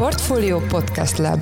Portfolio Podcast Lab.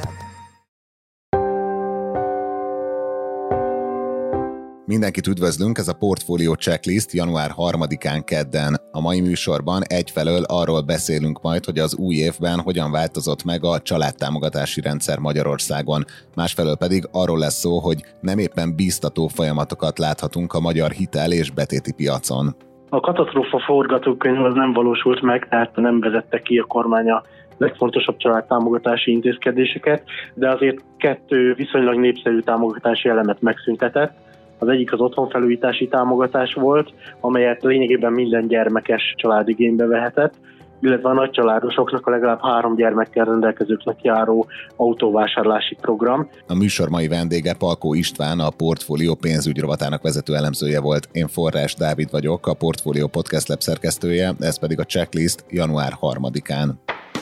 Mindenkit üdvözlünk, ez a Portfolio Checklist január 3-án kedden. A mai műsorban egyfelől arról beszélünk majd, hogy az új évben hogyan változott meg a családtámogatási rendszer Magyarországon. Másfelől pedig arról lesz szó, hogy nem éppen bíztató folyamatokat láthatunk a magyar hitel- és betéti piacon. A katasztrófa forgatókönyv az nem valósult meg, tehát nem vezette ki a kormány a legfontosabb családtámogatási intézkedéseket, de azért 2 viszonylag népszerű támogatási elemet megszüntetett. Az egyik az otthonfelújítási támogatás volt, amelyet lényegében minden gyermekes család igénybe vehetett, illetve a nagycsaládosoknak a legalább 3 gyermekkel rendelkezőknek járó autóvásárlási program. A műsor mai vendége Palkó István, a Portfolio pénzügy rovatának vezető elemzője volt. Én Forrás Dávid vagyok, a Portfolio Podcast Lab szerkesztője, ez pedig a checklist január 3-án.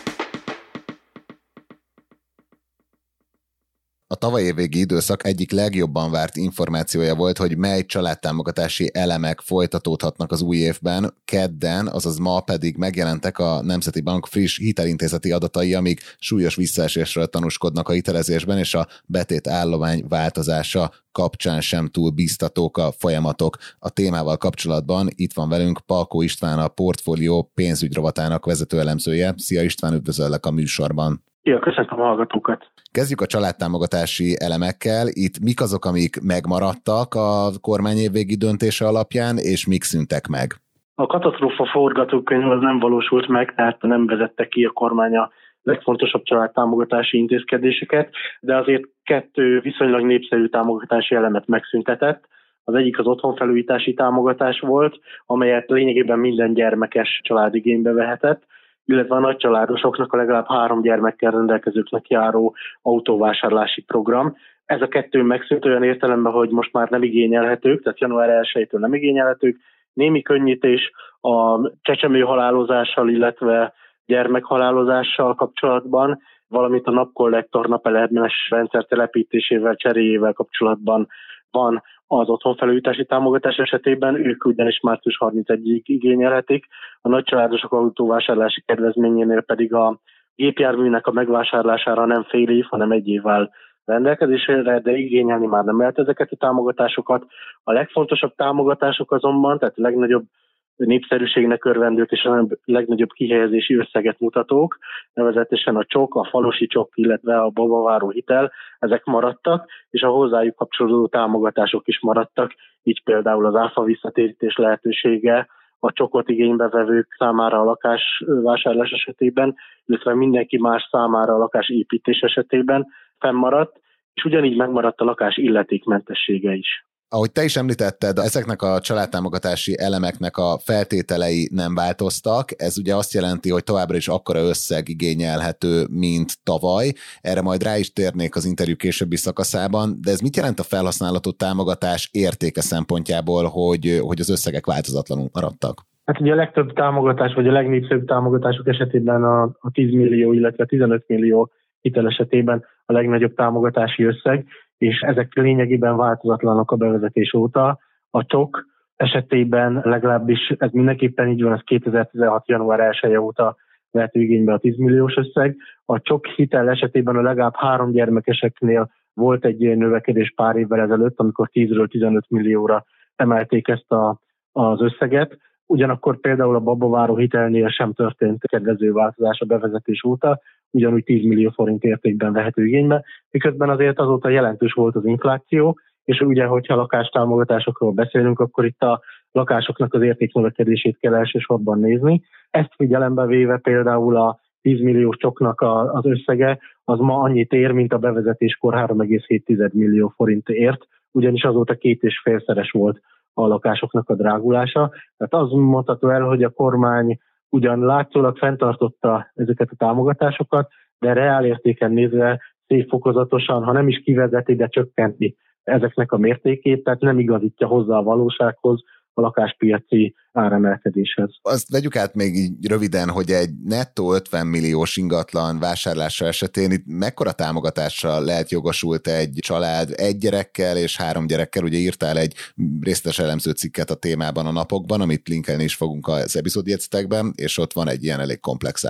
A tavaly évvégi időszak egyik legjobban várt információja volt, hogy mely családtámogatási elemek folytatódhatnak az új évben. Kedden, azaz ma pedig megjelentek a Nemzeti Bank friss hitelintézeti adatai, amik súlyos visszaesésről tanúskodnak a hitelezésben, és a betét állomány változása kapcsán sem túl bíztatók a folyamatok. A témával kapcsolatban itt van velünk Palkó István, a Portfolio pénzügy rovatának vezető elemzője. Szia István, üdvözöllek a műsorban. Ja, köszönöm a hallgatókat. Kezdjük a családtámogatási elemekkel. Itt mik azok, amik megmaradtak a kormány évvégi döntése alapján, és mik szűntek meg? A katasztrófa forgatókönyv az nem valósult meg, tehát nem vezette ki a kormány a legfontosabb családtámogatási intézkedéseket, de azért 2 viszonylag népszerű támogatási elemet megszüntetett. Az egyik az otthonfelújítási támogatás volt, amelyet lényegében minden gyermekes család igénybe vehetett, illetve a nagycsaládosoknak a legalább 3 gyermekkel rendelkezőknek járó autóvásárlási program. Ez a 2 megszűnt olyan értelemben, hogy most már nem igényelhetők, tehát január 1-től nem igényelhetők. Némi könnyítés a csecsemő halálozással, illetve gyermekhalálozással kapcsolatban, valamint a napkollektor napelemes rendszer telepítésével, cseréjével kapcsolatban van az otthonfelújítási támogatás esetében, ők ugyanis március 31-ig igényelhetik, a nagycsaládosok autóvásárlási kedvezményénél pedig a gépjárműnek a megvásárlására nem fél év, hanem 1 év áll rendelkezésre, de igényelni már nem lehet ezeket a támogatásokat. A legfontosabb támogatások azonban, tehát a legnagyobb népszerűségnek örvendők és a legnagyobb kihelyezési összeget mutatók, nevezetesen a csok, a falusi csok, illetve a babaváró hitel, ezek maradtak, és a hozzájuk kapcsolódó támogatások is maradtak, így például az áfa visszatérítés lehetősége a csokot igénybevevők számára a lakásvásárlás esetében, illetve mindenki más számára a lakásépítés esetében fennmaradt, és ugyanígy megmaradt a lakás illetékmentessége is. Ahogy te is említetted, ezeknek a családtámogatási elemeknek a feltételei nem változtak. Ez ugye azt jelenti, hogy továbbra is akkora összeg igényelhető, mint tavaly. Erre majd rá is térnék az interjú későbbi szakaszában, de ez mit jelent a felhasználható támogatás értéke szempontjából, hogy az összegek változatlanul maradtak? Hát ugye a legtöbb támogatás, vagy a legnépszerűbb támogatások esetében a 10 millió, illetve 15 millió hitel esetében a legnagyobb támogatási összeg, és ezek lényegében változatlanok a bevezetés óta. A csok esetében legalábbis ez mindenképpen így van, ez 2016. január 1 óta vehető igénybe a 10 milliós összeg. A csok hitel esetében a legalább 3 gyermekeseknél volt egy növekedés pár évvel ezelőtt, amikor 10-ről 15 millióra emelték ezt az összeget. Ugyanakkor például a babaváró hitelnél sem történt kedvező változás a bevezetés óta, ugyanúgy 10 millió forint értékben vehető igénybe, miközben azért azóta jelentős volt az infláció, és ugye, hogyha lakástámogatásokról beszélünk, akkor itt a lakásoknak az értéknövekedését kell elsősorban nézni. Ezt figyelembe véve például a 10 milliós csoknak az összege az ma annyit ér, mint a bevezetéskor 3,7 millió forint ért, ugyanis azóta 2,5-szeres volt a lakásoknak a drágulása. Tehát az mondható el, hogy a kormány ugyan látszólag fenntartotta ezeket a támogatásokat, de reál értéken nézve szép fokozatosan, ha nem is kivezeti, de csökkenti ezeknek a mértékét, tehát nem igazítja hozzá a valósághoz, a lakáspiaci áremelkedéshez. Azt vegyük át még így röviden, hogy egy nettó 50 milliós ingatlan vásárlása esetén itt mekkora támogatásra lehet jogosult egy család 1 gyerekkel és 3 gyerekkel? Ugye írtál egy részletes elemző cikket a témában a napokban, amit linkelni is fogunk az epizódjegyzetekben, és ott van egy ilyen elég komplex ábra.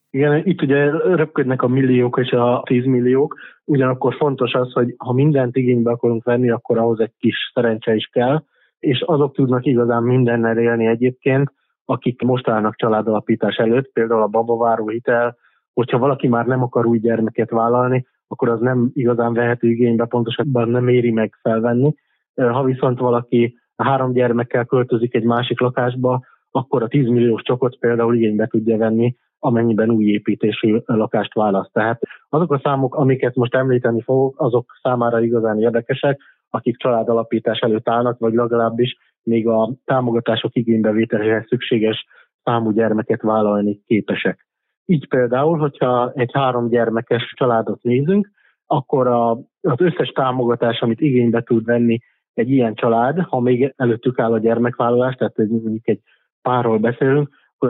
Igen, itt ugye röpködnek a milliók és a 10 milliók, ugyanakkor fontos az, hogy ha mindent igénybe akarunk venni, akkor ahhoz egy kis szerencse is kell, és azok tudnak igazán mindennel élni egyébként, akik most állnak családalapítás előtt, például a babaváró hitel, hogyha valaki már nem akar új gyermeket vállalni, akkor az nem igazán vehető igénybe, pontosabban nem éri meg felvenni. Ha viszont valaki 3 gyermekkel költözik egy másik lakásba, akkor a 10 milliós csokot például igénybe tudja venni, amennyiben új építésű lakást választ. Tehát azok a számok, amiket most említeni fogok, azok számára igazán érdekesek, akik családalapítás előtt állnak, vagy legalábbis még a támogatások igénybevételéhez szükséges számú gyermeket vállalni képesek. Így például, hogyha egy 3 gyermekes családot nézünk, akkor az összes támogatás, amit igénybe tud venni egy ilyen család, ha még előttük áll a gyermekvállalás, tehát mondjuk egy párról beszélünk, akkor az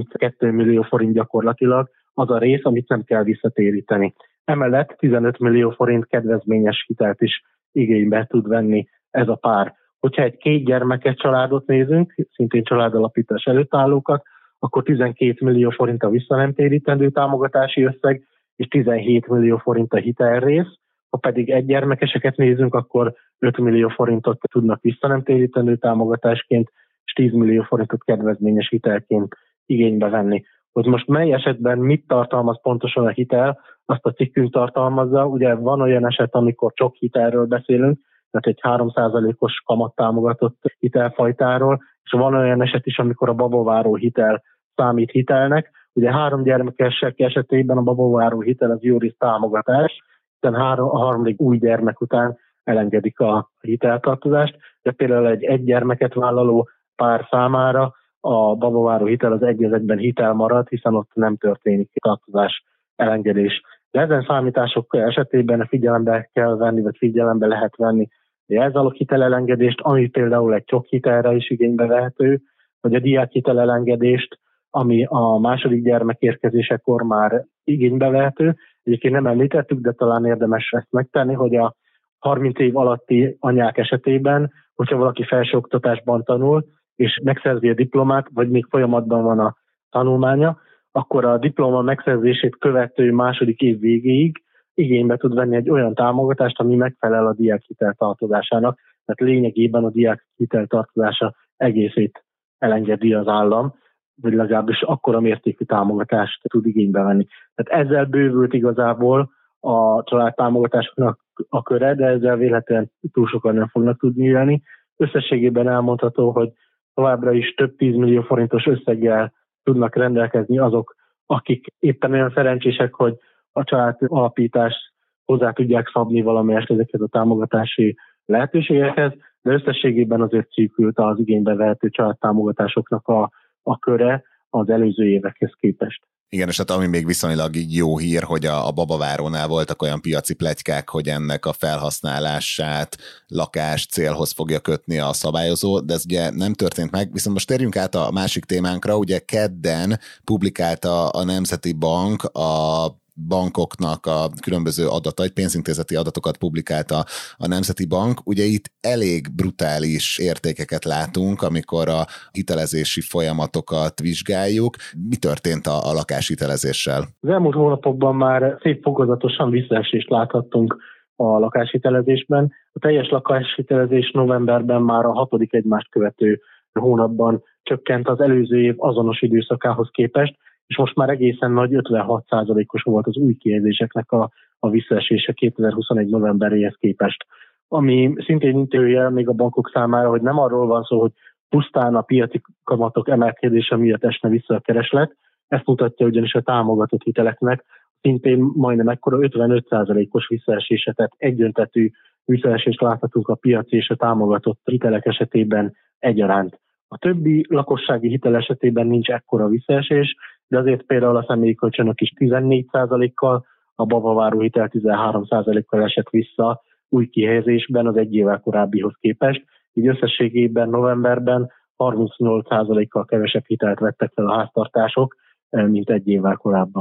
32 millió forint gyakorlatilag az a rész, amit nem kell visszatéríteni. Emellett 15 millió forint kedvezményes hitelt is igénybe tud venni ez a pár. Hogyha egy 2 gyermekes családot nézünk, szintén családalapítás előtt állókat, akkor 12 millió forint a visszanemtérítendő támogatási összeg, és 17 millió forint a hitelrész. Ha pedig 1 gyermekeseket nézünk, akkor 5 millió forintot tudnak visszanemtérítendő támogatásként, és 10 millió forintot kedvezményes hitelként igénybe venni. Hogy most mely esetben mit tartalmaz pontosan a hitel, azt a cikkünk tartalmazza. Ugye van olyan eset, amikor csak hitelről beszélünk, tehát egy 3%-os kamattámogatott hitelfajtáról, és van olyan eset is, amikor a babaváró hitel számít hitelnek. Ugye 3 gyermekesek esetében a babaváró hitel az juris támogatás, hiszen a harmadik új gyermek után elengedik a hiteltartozást, de például egy gyermeket vállaló pár számára a babaváró hitel az egy-egyben hitel marad, hiszen ott nem történik tartozás elengedés. De ezen számítások esetében figyelembe kell venni, vagy figyelembe lehet venni a jelzálog hitelelengedést, ami például egy csok hitelre is igénybe vehető, vagy a diák hitelelengedést, ami a második gyermek érkezésekor már igénybe vehető. Egyébként nem említettük, de talán érdemes ezt megtenni, hogy a 30 év alatti anyák esetében, hogyha valaki felsőoktatásban tanul, és megszerzi a diplomát, vagy még folyamatban van a tanulmánya, akkor a diploma megszerzését követő második év végéig igénybe tud venni egy olyan támogatást, ami megfelel a diákhitel tartozásának, tehát lényegében a diákhitel tartozása egészét elengedi az állam, vagy legalábbis akkora mértékű támogatást tud igénybe venni. Tehát ezzel bővült igazából a családtámogatásoknak a köre, de ezzel véletlenül túl sokan nem fognak tudni élni. Összességében elmondható, hogy továbbra is több 10 millió forintos összeggel tudnak rendelkezni azok, akik éppen olyan szerencsések, hogy a családalapítást hozzá tudják szabni valamelyest ezeket a támogatási lehetőségekhez, de összességében azért szűkült az igénybe vehető családtámogatásoknak a köre az előző évekhez képest. Igen, és hát ami még viszonylag jó hír, hogy a babavárónál voltak olyan piaci pletykák, hogy ennek a felhasználását lakás célhoz fogja kötni a szabályozó, de ez ugye nem történt meg. Viszont most térjünk át a másik témánkra, ugye kedden publikálta a Nemzeti Bank a bankoknak a különböző adatait, pénzintézeti adatokat publikálta a Nemzeti Bank. Ugye itt elég brutális értékeket látunk, amikor a hitelezési folyamatokat vizsgáljuk. Mi történt a lakáshitelezéssel? Az elmúlt hónapokban már szép fokozatosan visszaesést láthattunk a lakáshitelezésben. A teljes lakáshitelezés novemberben már a 6. egymást követő hónapban csökkent az előző év azonos időszakához képest, és most már egészen nagy 56%-os volt az új kihelyezéseknek a visszaesése 2021 novemberéhez képest. Ami szintén intőjel még a bankok számára, hogy nem arról van szó, hogy pusztán a piaci kamatok emelkedése miatt esne vissza a kereslet, ezt mutatja ugyanis a támogatott hiteleknek, szintén majdnem ekkora 55%-os visszaesése, tehát egyöntetű visszaesést láthatunk a piaci és a támogatott hitelek esetében egyaránt. A többi lakossági hitel esetében nincs ekkora visszaesés, de azért például a személyi kölcsönök is 14%-kal, a babaváró hitel 13%-kal esett vissza új kihelyezésben az egy évvel korábbihoz képest, így összességében novemberben 38%-kal kevesebb hitelt vettek fel a háztartások, mint egy évvel korábban.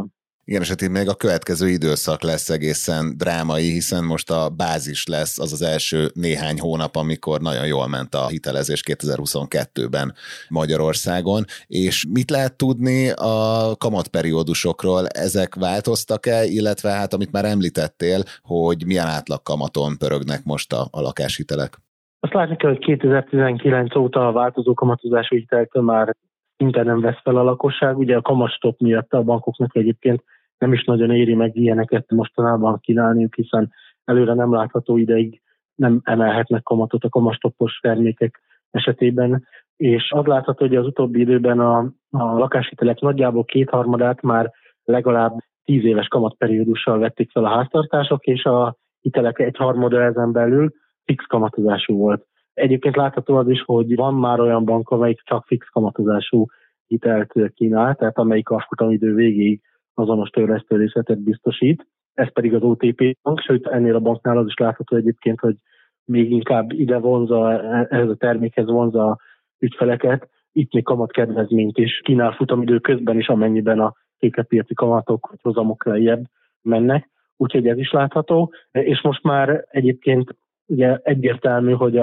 Igen, és hát itt még a következő időszak lesz egészen drámai, hiszen most a bázis lesz az első néhány hónap, amikor nagyon jól ment a hitelezés 2022-ben Magyarországon, és mit lehet tudni a kamatperiódusokról? Ezek változtak-e, illetve hát amit már említettél, hogy milyen átlagkamaton pörögnek most a lakáshitelek? Azt látni kell, hogy 2019 óta a változó kamatozású hiteltől már szinte nem vesz fel a lakosság. Ugye a kamatstop miatt a bankoknak egyébként nem is nagyon éri meg ilyeneket mostanában kínálniuk, hiszen előre nem látható ideig nem emelhetnek kamatot a kamatstoppos termékek esetében. És az látható, hogy az utóbbi időben a lakáshitelek nagyjából 2/3 már legalább 10 éves kamatperiódussal vették fel a háztartások, és a hitelek 1/3 ezen belül fix kamatozású volt. Egyébként látható az is, hogy van már olyan bank, amelyik csak fix kamatozású hitelt kínál, tehát amelyik a futamidő végéig azonos törlesztő-részletet biztosít. Ez pedig az OTP bank, sőt ennél a banknál az is látható egyébként, hogy még inkább ide vonza, ehhez a termékhez vonza a ügyfeleket. Itt még kamatkedvezményt is kínál futamidő közben is, amennyiben a tőkepiaci kamatok vagy hozamok lejjebb mennek. Úgyhogy ez is látható, és most már egyébként ugye egyértelmű, hogy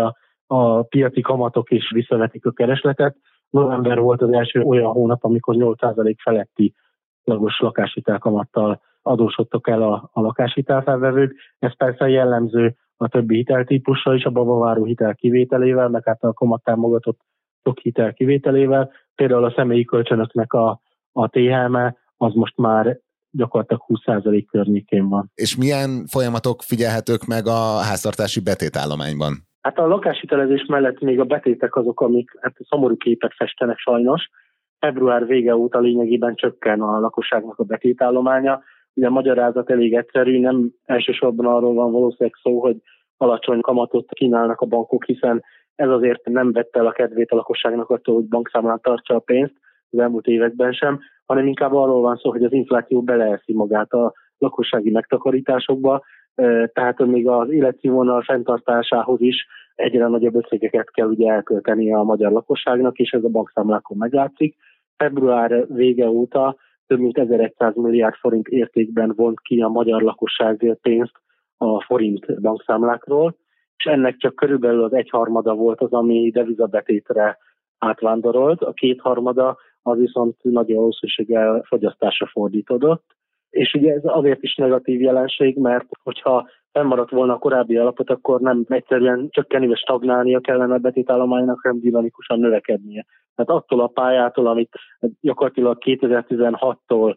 a piaci kamatok is visszavetik a keresletet. November volt az első olyan hónap, amikor 8% feletti lagos lakáshitelkamattal adósodtak el a lakáshitelfelvevők. Ez persze jellemző a többi hiteltípusra is, a babaváró hitel kivételével, meg hát a kamattámogatott sok hitel kivételével. Például a személyi kölcsönöknek a THM-e az most már gyakorlatilag 20% környékén van. És milyen folyamatok figyelhetők meg a háztartási betétállományban? Hát a lakáshitelezés mellett még a betétek azok, amik szomorú képet festenek sajnos. Február vége óta lényegében csökken a lakosságnak a betétállománya. Ugye a magyarázat elég egyszerű, nem elsősorban arról van valószínűleg szó, hogy alacsony kamatot kínálnak a bankok, hiszen ez azért nem vette el a kedvét a lakosságnak attól, hogy bankszámlán tartsa a pénzt az elmúlt években sem, hanem inkább arról van szó, hogy az infláció beleeszi magát a lakossági megtakarításokba, tehát még az életszínvonal fenntartásához is egyre nagyobb összegeket kell ugye elkölteni a magyar lakosságnak, és ez a bankszámlákon meglátszik. Február vége óta több mint 1100 milliárd forint értékben vont ki a magyar lakosság pénzt a forint bankszámlákról, és ennek csak körülbelül az 1/3 volt az, ami devizabetétre átvándorolt, a 2/3 az viszont nagy valószínűséggel fogyasztásra fordítódott. És ugye ez azért is negatív jelenség, mert hogyha fennmaradt volna a korábbi alapot, akkor nem egyszerűen csökkenni vagy stagnálnia kellene a betétállománynak, hanem dinamikusan növekednie. Tehát attól a pályától, amit gyakorlatilag 2016-tól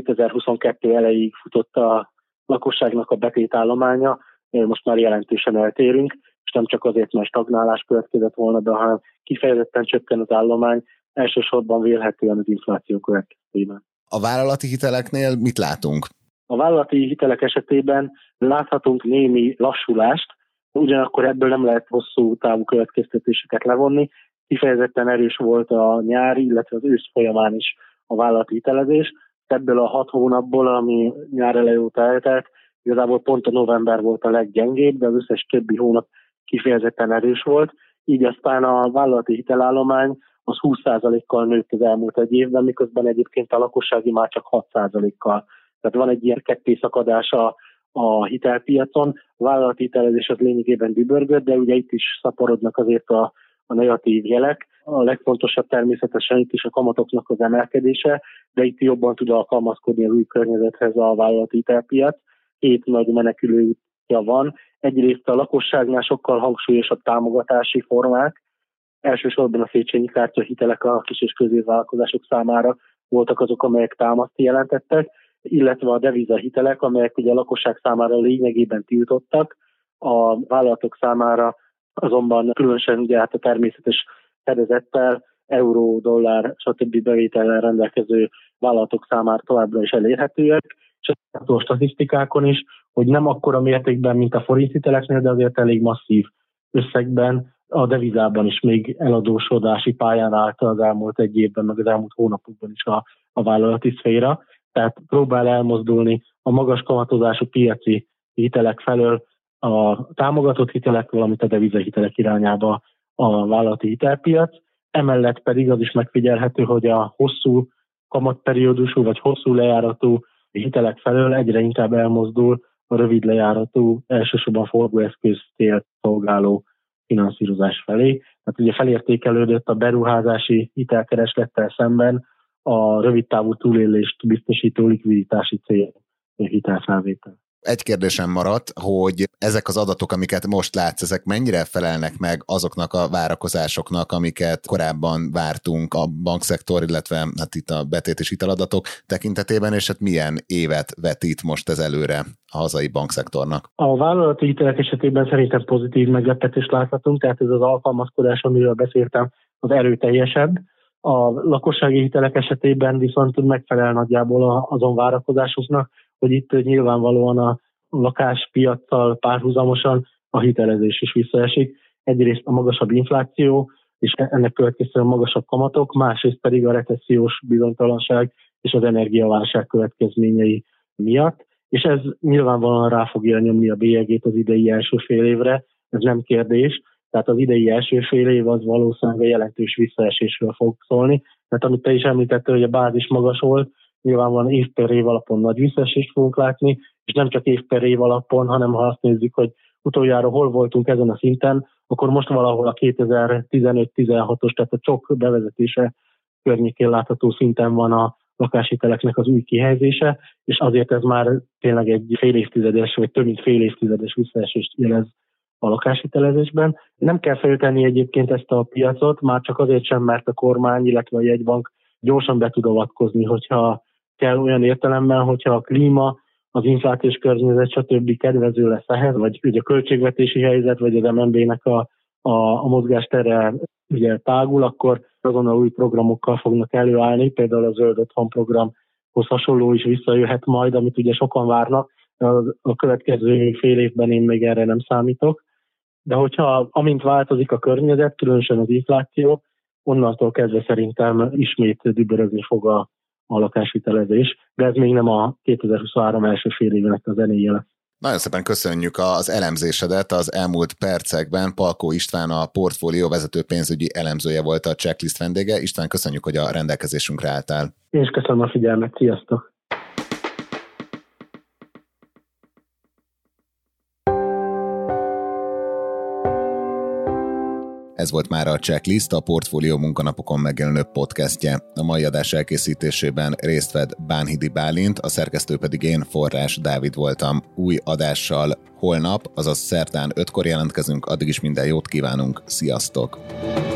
2022 elejéig futott a lakosságnak a betétállománya, most már jelentősen eltérünk, és nem csak azért, mert stagnálás következett volna, de hanem kifejezetten csökken az állomány, elsősorban vélhetően az infláció következtében. A vállalati hiteleknél mit látunk? A vállalati hitelek esetében láthatunk némi lassulást, ugyanakkor ebből nem lehet hosszú távú következtetéseket levonni. Kifejezetten erős volt a nyári, illetve az ősz folyamán is a vállalati hitelezés. Ebből a 6 hónapból, ami nyár elejé óta eltelt, igazából pont a november volt a leggyengébb, de az összes többi hónap kifejezetten erős volt. Így aztán a vállalati hitelállomány az 20%-kal nőtt az elmúlt egy évben, miközben egyébként a lakossági már csak 6%-kal. Tehát van egy ilyen kettészakadás a hitelpiacon. A vállalati hitelezés az lényegében dübörgött, de ugye itt is szaporodnak azért a negatív jelek. A legfontosabb természetesen itt is a kamatoknak az emelkedése, de itt jobban tud alkalmazkodni az új környezethez a vállalati hitelpiac. 2 nagy menekülő útja van. Egyrészt a lakosságnál sokkal hangsúlyosabb támogatási formák, elsősorban a Széchenyi kártyahitelek a kis- és középvállalkozások számára voltak azok, amelyek támaszt jelentettek, illetve a devizahitelek, amelyek ugye a lakosság számára lényegében tiltottak, a vállalatok számára azonban különösen ugye hát a természetes fedezettel, euró, dollár, stb. Bevétellel rendelkező vállalatok számára továbbra is elérhetőek, és a statisztikákon is, hogy nem akkora mértékben, mint a forinthiteleknél, de azért elég masszív összegben a devizában is még eladósodási pályán állt az elmúlt egy évben, meg az elmúlt hónapokban is a vállalati szféra. Tehát próbál elmozdulni a magas kamatozású piaci hitelek felől a támogatott hitelek, valamint a devizahitelek irányába a vállalati hitelpiac. Emellett pedig az is megfigyelhető, hogy a hosszú kamatperiódusú vagy hosszú lejáratú hitelek felől egyre inkább elmozdul a rövid lejáratú, elsősorban forgóeszköz célt szolgáló finanszírozás felé. Tehát ugye felértékelődött a beruházási hitelkereslettel szemben a rövidtávú túlélést biztosító likviditási cél hitelfelvétel. Egy kérdésem maradt, hogy ezek az adatok, amiket most látsz, ezek mennyire felelnek meg azoknak a várakozásoknak, amiket korábban vártunk a bankszektor, illetve hát itt a betét és hiteladatok tekintetében, és hát milyen évet vetít most ez előre a hazai bankszektornak? A vállalati hitelek esetében szerintem pozitív meglepetést láthatunk, tehát ez az alkalmazkodás, amiről beszéltem, az erőteljesebb. A lakossági hitelek esetében viszont megfelel nagyjából azon várakozásoknak, hogy itt nyilvánvalóan a lakáspiaccal párhuzamosan a hitelezés is visszaesik. Egyrészt a magasabb infláció, és ennek következően magasabb kamatok, másrészt pedig a recessziós bizonytalanság és az energiaválság következményei miatt. És ez nyilvánvalóan rá fogja nyomni a bélyegét az idei első fél évre, ez nem kérdés. Tehát az idei első fél év az valószínűleg jelentős visszaesésről fog szólni. Tehát amit te is említettél, hogy a bázis magas volt, nyilvánvalóan év per év alapon nagy visszaesést fogunk látni, és nem csak év per év alapon, hanem ha azt nézzük, hogy utoljára hol voltunk ezen a szinten, akkor most valahol a 2015-16-os, tehát a csok bevezetése környékén látható szinten van a lakáshiteleknek az új kihelyezése, és azért ez már tényleg egy fél évtizedes, vagy több mint fél évtizedes visszaesést jelez a lakáshitelezésben. Nem kell feltenni egyébként ezt a piacot, már csak azért sem, mert a kormány, illetve a jegybank gyorsan be tud avatkozni, hogyha kell olyan értelemben, hogyha a klíma, az inflációs környezet, stb. Kedvező lesz ehhez, vagy ugye a költségvetési helyzet, vagy az MNB-nek a mozgástere ugye tágul, akkor azonnal új programokkal fognak előállni, például a Zöld Otthon programhoz hasonló is visszajöhet majd, amit ugye sokan várnak, a következő fél évben én még erre nem számítok. De hogyha amint változik a környezet, különösen az infláció, onnantól kezdve szerintem ismét dübörögni fog a lakáshitelezés, de ez még nem a 2023 első fél évének a zenéje lesz. Nagyon szépen köszönjük az elemzésedet. Az elmúlt percekben Palkó István, a portfólió vezető pénzügyi elemzője volt a Checklist vendége. István, köszönjük, hogy a rendelkezésünkre álltál. Én is köszönöm a figyelmet, sziasztok! Ez volt már a Checklist, a Portfólió munkanapokon megjelenő podcastje. A mai adás elkészítésében részt vett Bánhidi Bálint, a szerkesztő pedig én, Forrás Dávid voltam. Új adással holnap, azaz szerdán 5-kor jelentkezünk, addig is minden jót kívánunk, sziasztok!